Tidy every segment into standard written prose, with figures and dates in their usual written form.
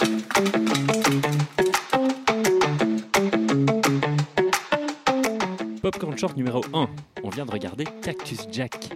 Popcorn Short numéro 1. On vient de regarder Cactus Jack.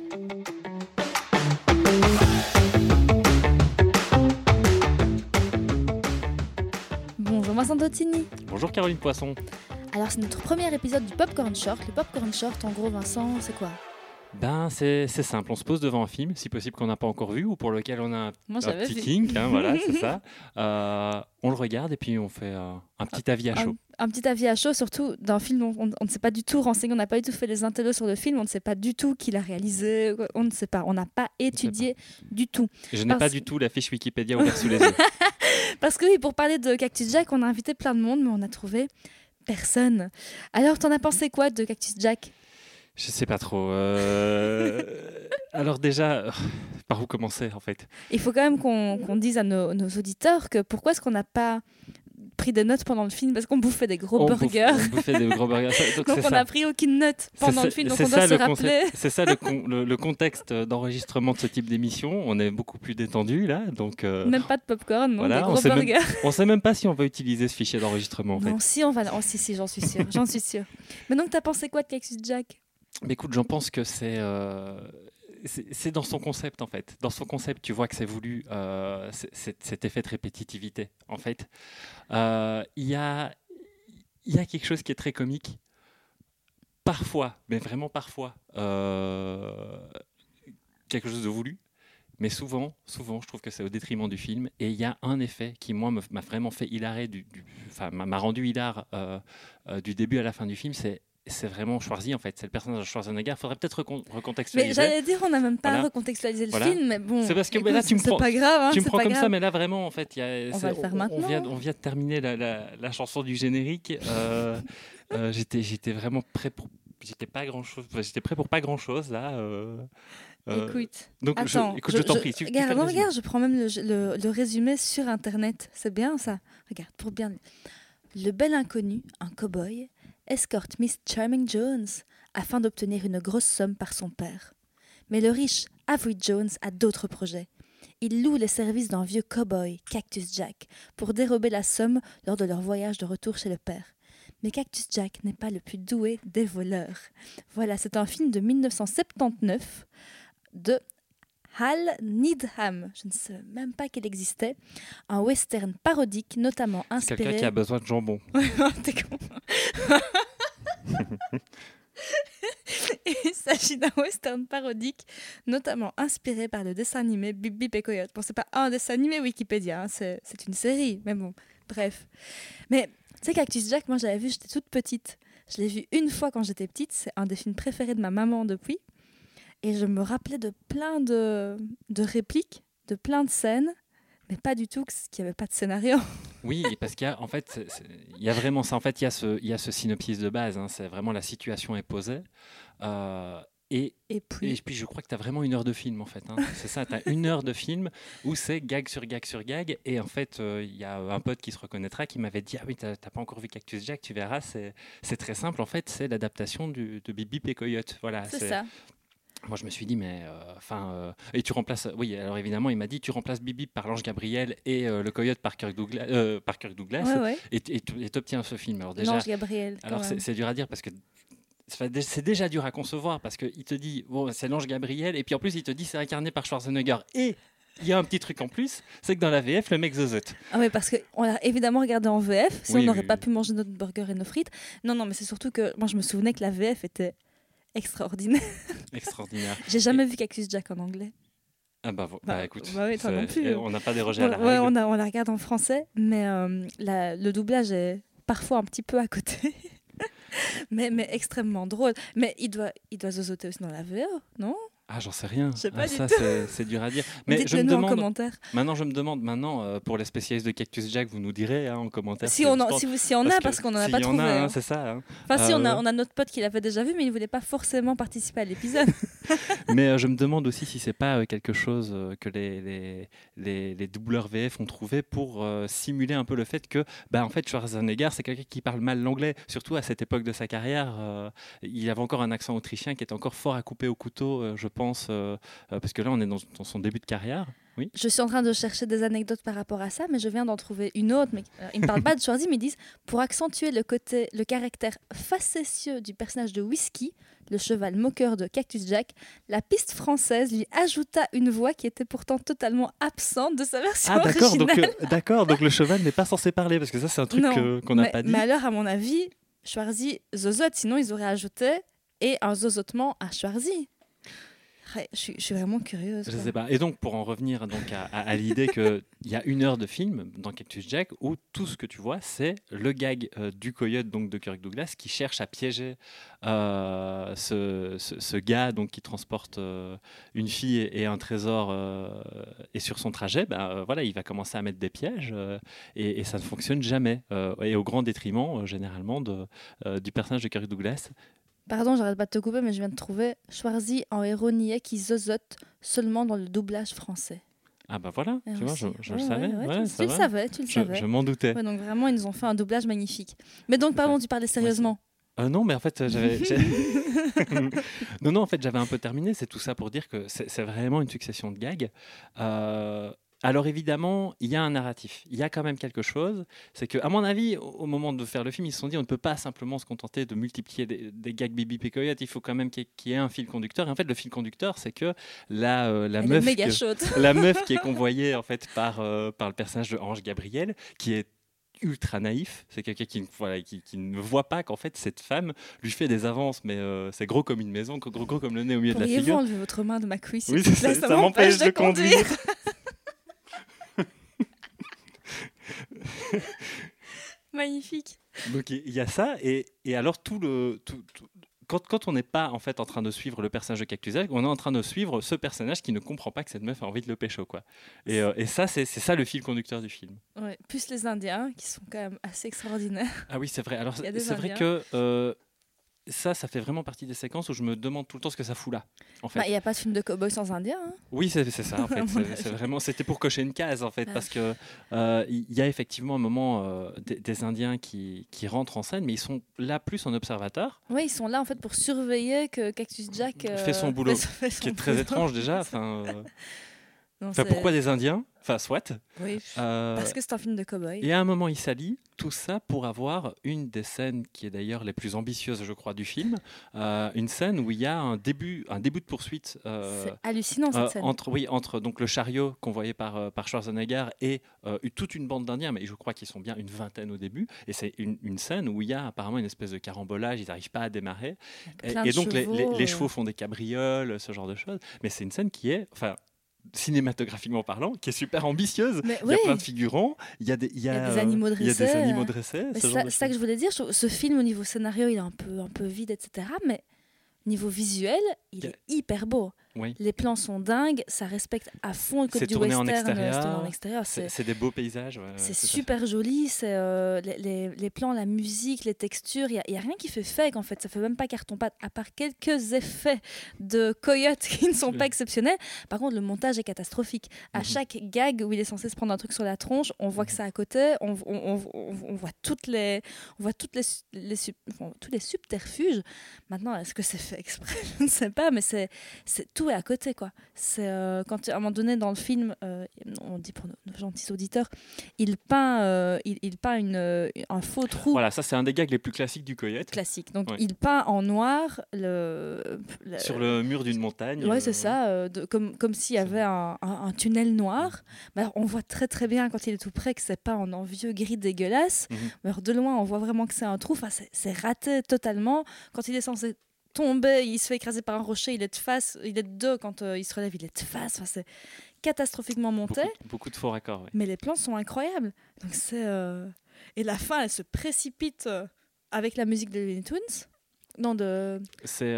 Bonjour Vincent Dottini. Bonjour Caroline Poisson. Alors c'est notre premier épisode du Popcorn Short. Le Popcorn Short, en gros Vincent, c'est quoi ? Ben c'est simple, on se pose devant un film, si possible qu'on n'a pas encore vu ou pour lequel on a un petit kink, voilà, c'est ça. On le regarde et puis on fait un petit avis à chaud. Un petit avis à chaud, surtout d'un film dont on ne s'est pas du tout renseigné, on n'a pas du tout fait les intellos sur le film, on ne sait pas du tout qui l'a réalisé, on ne sait pas, on n'a pas étudié du tout. Je n'ai pas du tout la fiche Wikipédia ouverte sous les yeux. Parce que oui, pour parler de Cactus Jack, on a invité plein de monde, mais on a trouvé personne. Alors, t'en as pensé quoi de Cactus Jack ? Je sais pas trop. Alors déjà, par où commencer en fait ? Il faut quand même qu'on dise à nos auditeurs que pourquoi est-ce qu'on n'a pas pris des notes pendant le film, parce qu'on bouffait des gros burgers. On bouffait des gros burgers. Donc on n'a pris aucune note pendant le film, donc on doit se rappeler. C'est ça le contexte d'enregistrement de ce type d'émission. On est beaucoup plus détendu là, donc. Même pas de popcorn, non, voilà, des gros burgers. On sait même pas si on va utiliser ce fichier d'enregistrement. En non, fait. si on va. Oh, si, j'en suis sûre. J'en suis sûre. Mais donc, t'as pensé quoi de Cactus Jack ? Mais écoute, j'en pense que c'est dans son concept en fait. Dans son concept, tu vois que c'est voulu cet effet de répétitivité. En fait, il y a quelque chose qui est très comique. Parfois, mais vraiment parfois, quelque chose de voulu. Mais souvent, je trouve que c'est au détriment du film. Et il y a un effet qui, moi, m'a vraiment fait hilarer, m'a rendu hilar du début à la fin du film. C'est vraiment Schwarzy en fait, c'est le personnage de Schwarzenegger. Il faudrait peut-être recontextualiser. Mais j'allais dire, on n'a même pas recontextualisé le film, mais bon. C'est parce que là, tu me prends, pas grave, tu me prends comme ça, mais là vraiment en fait, on va le faire maintenant. On vient de terminer la chanson du générique. J'étais vraiment prêt pour. J'étais prêt pour pas grand chose là. Écoute, donc attends, je t'en prie. Regarde, je prends même le résumé sur internet. C'est bien ça. Regarde, pour bien. Le bel inconnu, un cow-boy, escorte Miss Charming Jones afin d'obtenir une grosse somme par son père. Mais le riche Avery Jones a d'autres projets. Il loue les services d'un vieux cow-boy, Cactus Jack, pour dérober la somme lors de leur voyage de retour chez le père. Mais Cactus Jack n'est pas le plus doué des voleurs. Voilà, c'est un film de 1979 de Hal Needham. Je ne sais même pas qu'il existait. Un western parodique, notamment inspiré... C'est quelqu'un qui a besoin de jambon. T'es con. Il s'agit d'un western parodique, notamment inspiré par le dessin animé Bip Bip et Coyote. Bon, c'est pas un dessin animé Wikipédia, hein, c'est une série, mais bon, bref. Mais tu sais, Cactus Jack, moi j'avais vu, j'étais toute petite. Je l'ai vu une fois quand j'étais petite, c'est un des films préférés de ma maman depuis. Et je me rappelais de plein de répliques, de plein de scènes, mais pas du tout qu'il n'y avait pas de scénario. Oui, parce qu'il y a, en fait, il y a vraiment ça. En fait, il y a ce synopsis de base. Hein, c'est vraiment la situation est posée. Et puis, je crois que tu as vraiment 1 heure de film, en fait. Hein. C'est ça, tu as 1 heure de film où c'est gag sur gag sur gag. Et en fait, il y a un pote qui se reconnaîtra qui m'avait dit « Ah oui, tu n'as pas encore vu Cactus Jack, tu verras, c'est très simple. En fait, c'est l'adaptation de Bip Bip et Coyote. » Voilà, c'est ça. Moi, je me suis dit, mais et tu remplaces. Oui, alors évidemment, il m'a dit, tu remplaces Bip Bip par l'ange Gabriel et le coyote par Kirk Douglas, ouais. et tu obtiens ce film. Alors déjà, l'ange Gabriel. Alors c'est dur à dire parce que c'est déjà dur à concevoir parce qu'il te dit, bon, c'est l'ange Gabriel, et puis en plus, il te dit, c'est incarné par Schwarzenegger. Et il y a un petit truc en plus, c'est que dans la VF, le mec zozote. Ah oui, parce qu'on l'a évidemment regardé en VF, si on n'aurait pas pu manger notre burger et nos frites. Non, mais c'est surtout que moi, je me souvenais que la VF était extraordinaire. J'ai jamais vu Cactus Jack en anglais. Ah écoute, oui, toi non plus. On n'a pas dérogé à la règle. Ouais, on la regarde en français, mais le doublage est parfois un petit peu à côté. mais extrêmement drôle. Mais il doit zozoter aussi dans la VO, non ? Ah, j'en sais rien. Je sais pas ça, tout. c'est dur à dire. Mais je me demande en commentaire. Maintenant, pour les spécialistes de Cactus Jack, vous nous direz en commentaire. Si on a, parce qu'on n'en a pas trouvé. Hein, c'est ça. Hein. Enfin, si on a notre pote qui l'avait déjà vu, mais il ne voulait pas forcément participer à l'épisode. Mais je me demande aussi si c'est pas quelque chose que les doubleurs VF ont trouvé pour simuler un peu le fait que, en fait, Schwarzenegger, c'est quelqu'un qui parle mal l'anglais, surtout à cette époque de sa carrière. Il avait encore un accent autrichien qui était encore fort à couper au couteau, je pense. pense, parce que là, on est dans son début de carrière. Oui. Je suis en train de chercher des anecdotes par rapport à ça, mais je viens d'en trouver une autre. Mais, ils ne parlent pas de Schwarzy, mais ils disent pour accentuer le caractère facétieux du personnage de Whisky, le cheval moqueur de Cactus Jack, la piste française lui ajouta une voix qui était pourtant totalement absente de sa version originale. D'accord, donc le cheval n'est pas censé parler, parce que ça, c'est un truc qu'on n'a pas dit. Mais alors, à mon avis, Schwarzy zozote, sinon ils auraient ajouté et un zozotement à Schwarzy. Je suis vraiment curieuse. Je sais pas. Et donc, pour en revenir donc à l'idée qu'il y a 1 heure de film dans Cactus Jack où tout ce que tu vois, c'est le gag du coyote donc de Kirk Douglas qui cherche à piéger ce gars donc, qui transporte une fille et un trésor et sur son trajet, voilà, il va commencer à mettre des pièges et ça ne fonctionne jamais. Et au grand détriment, généralement, du personnage de Kirk Douglas. Pardon, j'arrête pas de te couper, mais je viens de trouver Schwarzy en héros niais qui zozote seulement dans le doublage français. Ah bah voilà, tu vois, je le savais. Tu le savais. Je m'en doutais. Ouais, donc vraiment, ils nous ont fait un doublage magnifique. Mais donc, pardon, tu parlais sérieusement. Non, mais en fait, non, en fait, j'avais un peu terminé. C'est tout ça pour dire que c'est vraiment une succession de gags. Alors évidemment, il y a un narratif, il y a quand même quelque chose. C'est qu'à mon avis, au moment de faire le film, ils se sont dit on ne peut pas simplement se contenter de multiplier des gags Bibi et Coyote, il faut quand même qu'il y ait un fil conducteur. Et en fait, le fil conducteur, c'est que la meuf qui est convoyée en fait, par le personnage de Ange Gabriel, qui est ultra naïf, c'est quelqu'un qui ne voit pas qu'en fait cette femme lui fait des avances, mais c'est gros comme une maison, gros comme le nez au milieu de la figure. Pourriez-vous enlever votre main de ma cuisse? Oui, ça m'empêche de conduire. Magnifique. Donc il y a ça et alors quand on n'est pas en fait en train de suivre le personnage de Cactus Jack, on est en train de suivre ce personnage qui ne comprend pas que cette meuf a envie de le pécho quoi. Et ça c'est ça le fil conducteur du film. Ouais, plus les Indiens qui sont quand même assez extraordinaires. Ah oui c'est vrai. Alors c'est vrai que ça fait vraiment partie des séquences où je me demande tout le temps ce que ça fout là. En fait. Il n'y a pas de film de cow-boy sans Indien. Hein. Oui, c'est ça. En fait, c'était pour cocher une case en fait, parce que y a effectivement un moment des Indiens qui rentrent en scène, mais ils sont là plus en observateur. Oui, ils sont là en fait pour surveiller que Cactus Jack fait son boulot, qui est très étrange déjà. Pourquoi des Indiens? Enfin, soit. Oui, parce que c'est un film de cow-boy. Et à un moment, il s'allie, tout ça pour avoir une des scènes qui est d'ailleurs les plus ambitieuses, je crois, du film. Une scène où il y a un début de poursuite. C'est hallucinant cette scène. Entre donc, le chariot convoyé par Schwarzenegger et toute une bande d'Indiens, mais je crois qu'ils sont bien une vingtaine au début. Et c'est une scène où il y a apparemment une espèce de carambolage, ils n'arrivent pas à démarrer. Et donc, les chevaux font des cabrioles, ce genre de choses. Mais c'est une scène qui est... cinématographiquement parlant, qui est super ambitieuse. Il y a plein de figurants, il y a des animaux dressés. C'est ça que je voulais dire. Ce film, au niveau scénario, il est un peu vide, etc. Mais niveau visuel, il est hyper beau. Oui. Les plans sont dingues, ça respecte à fond le code du western. C'est tourné en extérieur. C'est des beaux paysages. Ouais, c'est super joli. C'est les plans, la musique, les textures. Il y a rien qui fait fake en fait. Ça fait même pas carton-pâte. À part quelques effets de coyote qui ne sont pas exceptionnels. Par contre, le montage est catastrophique. À chaque gag où il est censé se prendre un truc sur la tronche, on voit que c'est à côté. On voit tous les subterfuges. Maintenant, est-ce que c'est fait exprès? Je ne sais pas, mais c'est tout est à côté quoi. C'est quand à un moment donné dans le film, on dit pour nos gentils auditeurs, il peint un faux trou. Voilà, ça c'est un des gags les plus classiques du coyote. Classique. Donc il peint en noir sur le mur d'une montagne. Ouais, c'est ça, comme s'il y avait un tunnel noir. Mais alors, on voit très très bien quand il est tout près que c'est pas en vieux gris dégueulasse. Mais alors, de loin, on voit vraiment que c'est un trou. Enfin, c'est raté totalement. Quand il est censé tomber, il se fait écraser par un rocher, il est de face, il est de dos quand il se relève, il est de face. Enfin, c'est catastrophiquement monté. Beaucoup de faux raccords. Ouais. Mais les plans sont incroyables. Donc et la fin, elle se précipite avec la musique de Looney Tunes. Non, c'est.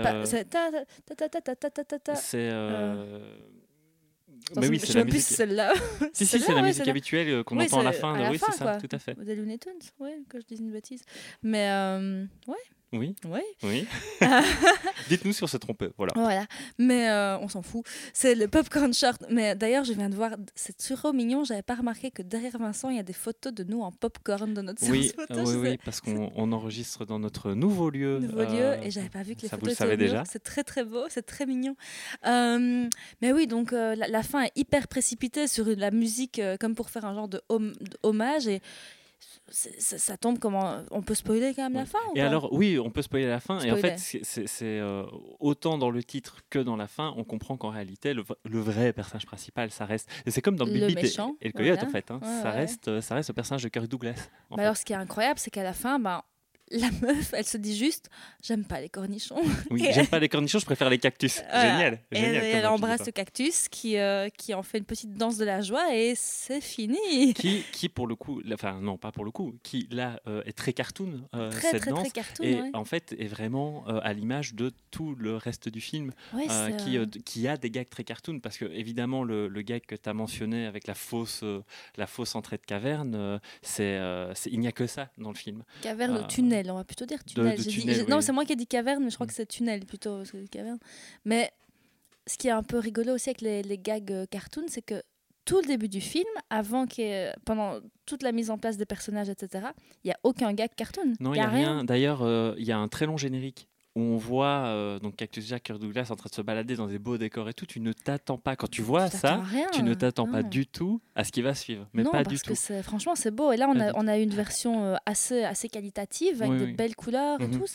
Mais oui, c'est la musique. Celle-là. Si, c'est la musique habituelle qu'on entend à la fin. Oui, c'est ça, tout à fait. Des Looney Tunes, oui, que je dise une bêtise. Mais ouais. Oui. Oui. Oui. Dites-nous si on s'est trompé. Voilà. Mais on s'en fout. C'est le popcorn short. Mais d'ailleurs, je viens de voir, c'est trop mignon. J'avais pas remarqué que derrière Vincent, il y a des photos de nous en popcorn dans notre séance photo. Oui, parce qu'on enregistre dans notre nouveau lieu. Et j'avais pas vu que les ça, photos vous le étaient savez au mur. déjà. C'est très très beau, c'est très mignon. Mais oui, donc la fin est hyper précipitée sur la musique, comme pour faire un genre de hommage. Et ça tombe comment. On peut spoiler quand même la fin ou pas? Alors, oui, on peut spoiler la fin. Et en fait, c'est autant dans le titre que dans la fin, on comprend qu'en réalité, le vrai personnage principal, ça reste. Et c'est comme dans Bibi et le Coyote, en fait. Hein, ça reste le personnage de Kirk Douglas. Alors, ce qui est incroyable, c'est qu'à la fin, la meuf, elle se dit juste j'aime pas les cornichons. Oui, j'aime pas les cornichons, je préfère les cactus. Génial. Et elle embrasse le cactus qui en fait une petite danse de la joie et c'est fini. Qui pour le coup, enfin non pas pour le coup, qui là est très cartoon cette danse. Très cartoon, et en fait est vraiment à l'image de tout le reste du film qui a des gags très cartoon parce que évidemment le gag que tu as mentionné avec la fausse entrée de caverne, il n'y a que ça dans le film. Caverne au tunnel. On va plutôt dire tunnel. Non, c'est moi qui ai dit caverne, mais je crois que c'est tunnel plutôt. Parce que caverne. Mais ce qui est un peu rigolo aussi avec les gags cartoon, c'est que tout le début du film, pendant toute la mise en place des personnages, etc., il n'y a aucun gag cartoon. Non, il n'y a rien. D'ailleurs, il y a un très long générique où on voit donc Cactus Jack, Kirk Douglas en train de se balader dans des beaux décors et tout. Tu ne t'attends pas, quand tu vois ça, tu ne t'attends pas du tout à ce qui va suivre. Mais pas du tout. Franchement, c'est beau. Et là, on a une version assez qualitative avec de belles couleurs et tout.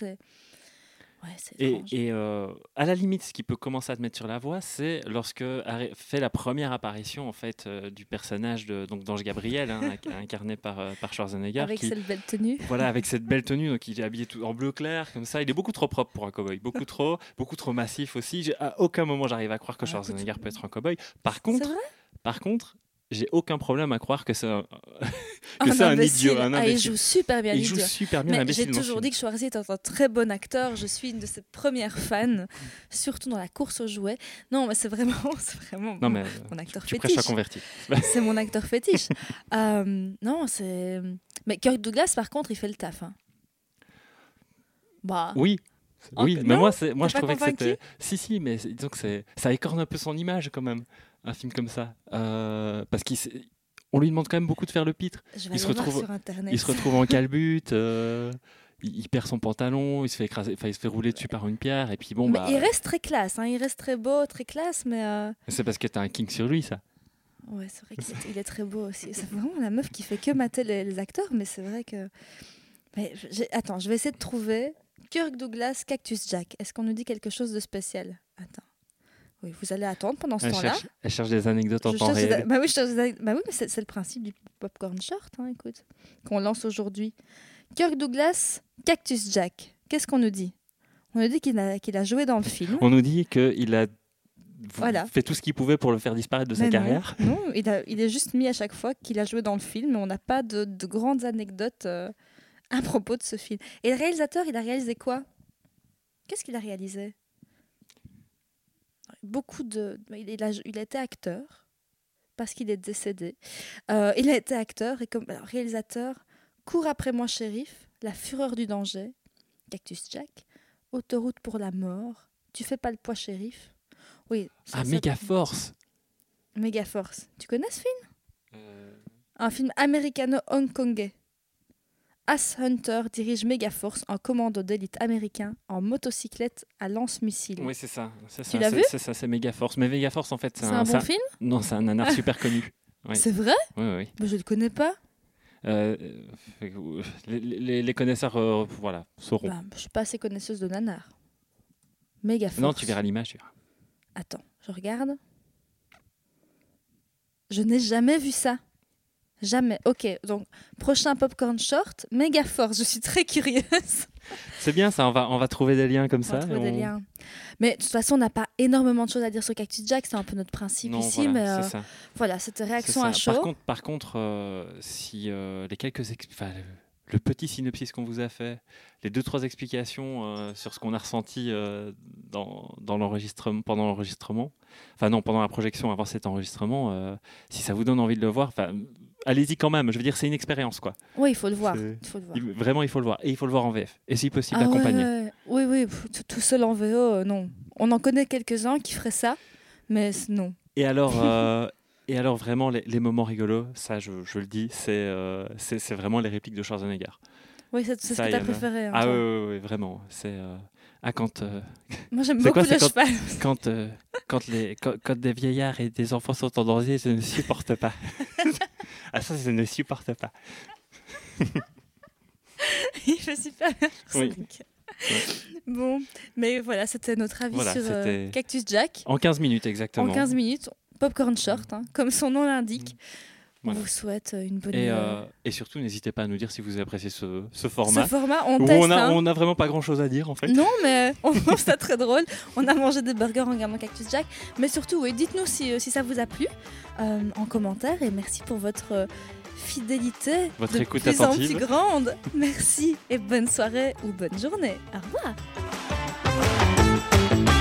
Et à la limite, ce qui peut commencer à te mettre sur la voie, c'est lorsque fait la première apparition en fait du personnage d'Ange Gabriel, incarné par Schwarzenegger, avec cette belle tenue. Voilà, avec cette belle tenue, donc il est habillé tout en bleu clair comme ça. Il est beaucoup trop propre pour un cow-boy, beaucoup trop massif aussi. À aucun moment j'arrive à croire que Schwarzenegger peut être un cow-boy. Par contre, j'ai aucun problème à croire que c'est un idiot, un imbécile. Il joue super bien l'idiot. Il joue super bien l'imbécile. J'ai toujours dit que Schwarzenegger est un très bon acteur. Je suis une de ses premières fans, surtout dans la course aux jouets. Non, mais c'est vraiment mon acteur fétiche. Tu prêches à convertir. C'est mon acteur fétiche. Mais Kirk Douglas, par contre, il fait le taf. Hein. Oui. Oui, mais moi je trouvais que c'était... Si, mais disons que ça écorne un peu son image quand même. Un film comme ça, parce qu'on lui demande quand même beaucoup de faire le pitre. Il se retrouve en calbute, il perd son pantalon, il se fait écraser, il se fait rouler dessus par une pierre, et puis bon. Mais il reste très classe, il reste très beau, très classe, mais. C'est parce que t'as un king sur lui, ça. Ouais, c'est vrai qu'il est très beau aussi. C'est vraiment la meuf qui fait que mater les acteurs, mais c'est vrai que. Mais attends, je vais essayer de trouver Kirk Douglas, Cactus Jack. Est-ce qu'on nous dit quelque chose de spécial? Attends. Oui, vous allez attendre pendant ce temps-là. Elle cherche des anecdotes en temps réel. Oui, mais c'est le principe du popcorn short, écoute, qu'on lance aujourd'hui. Kirk Douglas, Cactus Jack. Qu'est-ce qu'on nous dit? On nous dit qu'il a joué dans le film. On nous dit qu'il a fait tout ce qu'il pouvait pour le faire disparaître de sa carrière. Non, il est juste mis à chaque fois qu'il a joué dans le film, mais on n'a pas de grandes anecdotes à propos de ce film. Et le réalisateur, il a réalisé quoi? Qu'est-ce qu'il a réalisé? Il a été acteur parce qu'il est décédé. Il a été acteur et comme réalisateur, Cours après moi shérif, La fureur du danger, Cactus Jack, Autoroute pour la mort, Tu fais pas le poids shérif. Oui. Megaforce. Megaforce. Tu connais ce film? Un film américano-hongkongais. Ace Hunter dirige Megaforce, un commando d'élite américain en motocyclette à lance-missile. Oui, c'est ça. Tu l'as vu? C'est ça, c'est Megaforce. Mais Megaforce, en fait, c'est un bon film? Non, c'est un nanar super connu. Oui. C'est vrai? Oui. Mais je ne le connais pas. Les connaisseurs sauront. Je ne suis pas assez connaisseuse de nanar. Megaforce. Non, tu verras l'image. Attends, je regarde. Je n'ai jamais vu ça. Jamais. Ok, donc prochain popcorn short, Megaforce. Je suis très curieuse. C'est bien ça, on va trouver des liens comme ça. Des liens. Mais de toute façon, on n'a pas énormément de choses à dire sur Cactus Jack, c'est un peu notre principe ici. Voilà, mais voilà, cette réaction à chaud. Par contre, si les le petit synopsis qu'on vous a fait, les 2-3 explications sur ce qu'on a ressenti pendant l'enregistrement, enfin non, pendant la projection avant cet enregistrement, si ça vous donne envie de le voir, allez-y quand même. Je veux dire, c'est une expérience, quoi. Oui, il faut le voir. Vraiment, il faut le voir. Et il faut le voir en VF. Et si possible, accompagné. Ouais. Oui, tout seul en VO, non. On en connaît quelques-uns qui feraient ça, mais non. Et alors, vraiment, les moments rigolos, ça, je le dis, c'est vraiment les répliques de Schwarzenegger. Oui, c'est ce que tu as préféré. Hein, oui, vraiment. C'est... quand, moi, j'aime beaucoup le cheval. Quand des vieillards et des enfants sont en danger, je ne supporte pas. Ça, je ne supporte pas. Il fait super bien. Oui. Bon, mais voilà, c'était notre avis sur Cactus Jack. En 15 minutes, exactement. En 15 minutes, Popcorn Short, hein, comme son nom l'indique. On vous souhaite une bonne... Et surtout, n'hésitez pas à nous dire si vous avez apprécié ce format. Ce format, on teste. On n'a vraiment pas grand-chose à dire, en fait. Non, mais on trouve ça très drôle. On a mangé des burgers en regardant Cactus Jack. Mais surtout, oui, dites-nous si ça vous a plu en commentaire. Et merci pour votre fidélité. Votre écoute attentive. De plus en plus grande. Merci et bonne soirée ou bonne journée. Au revoir.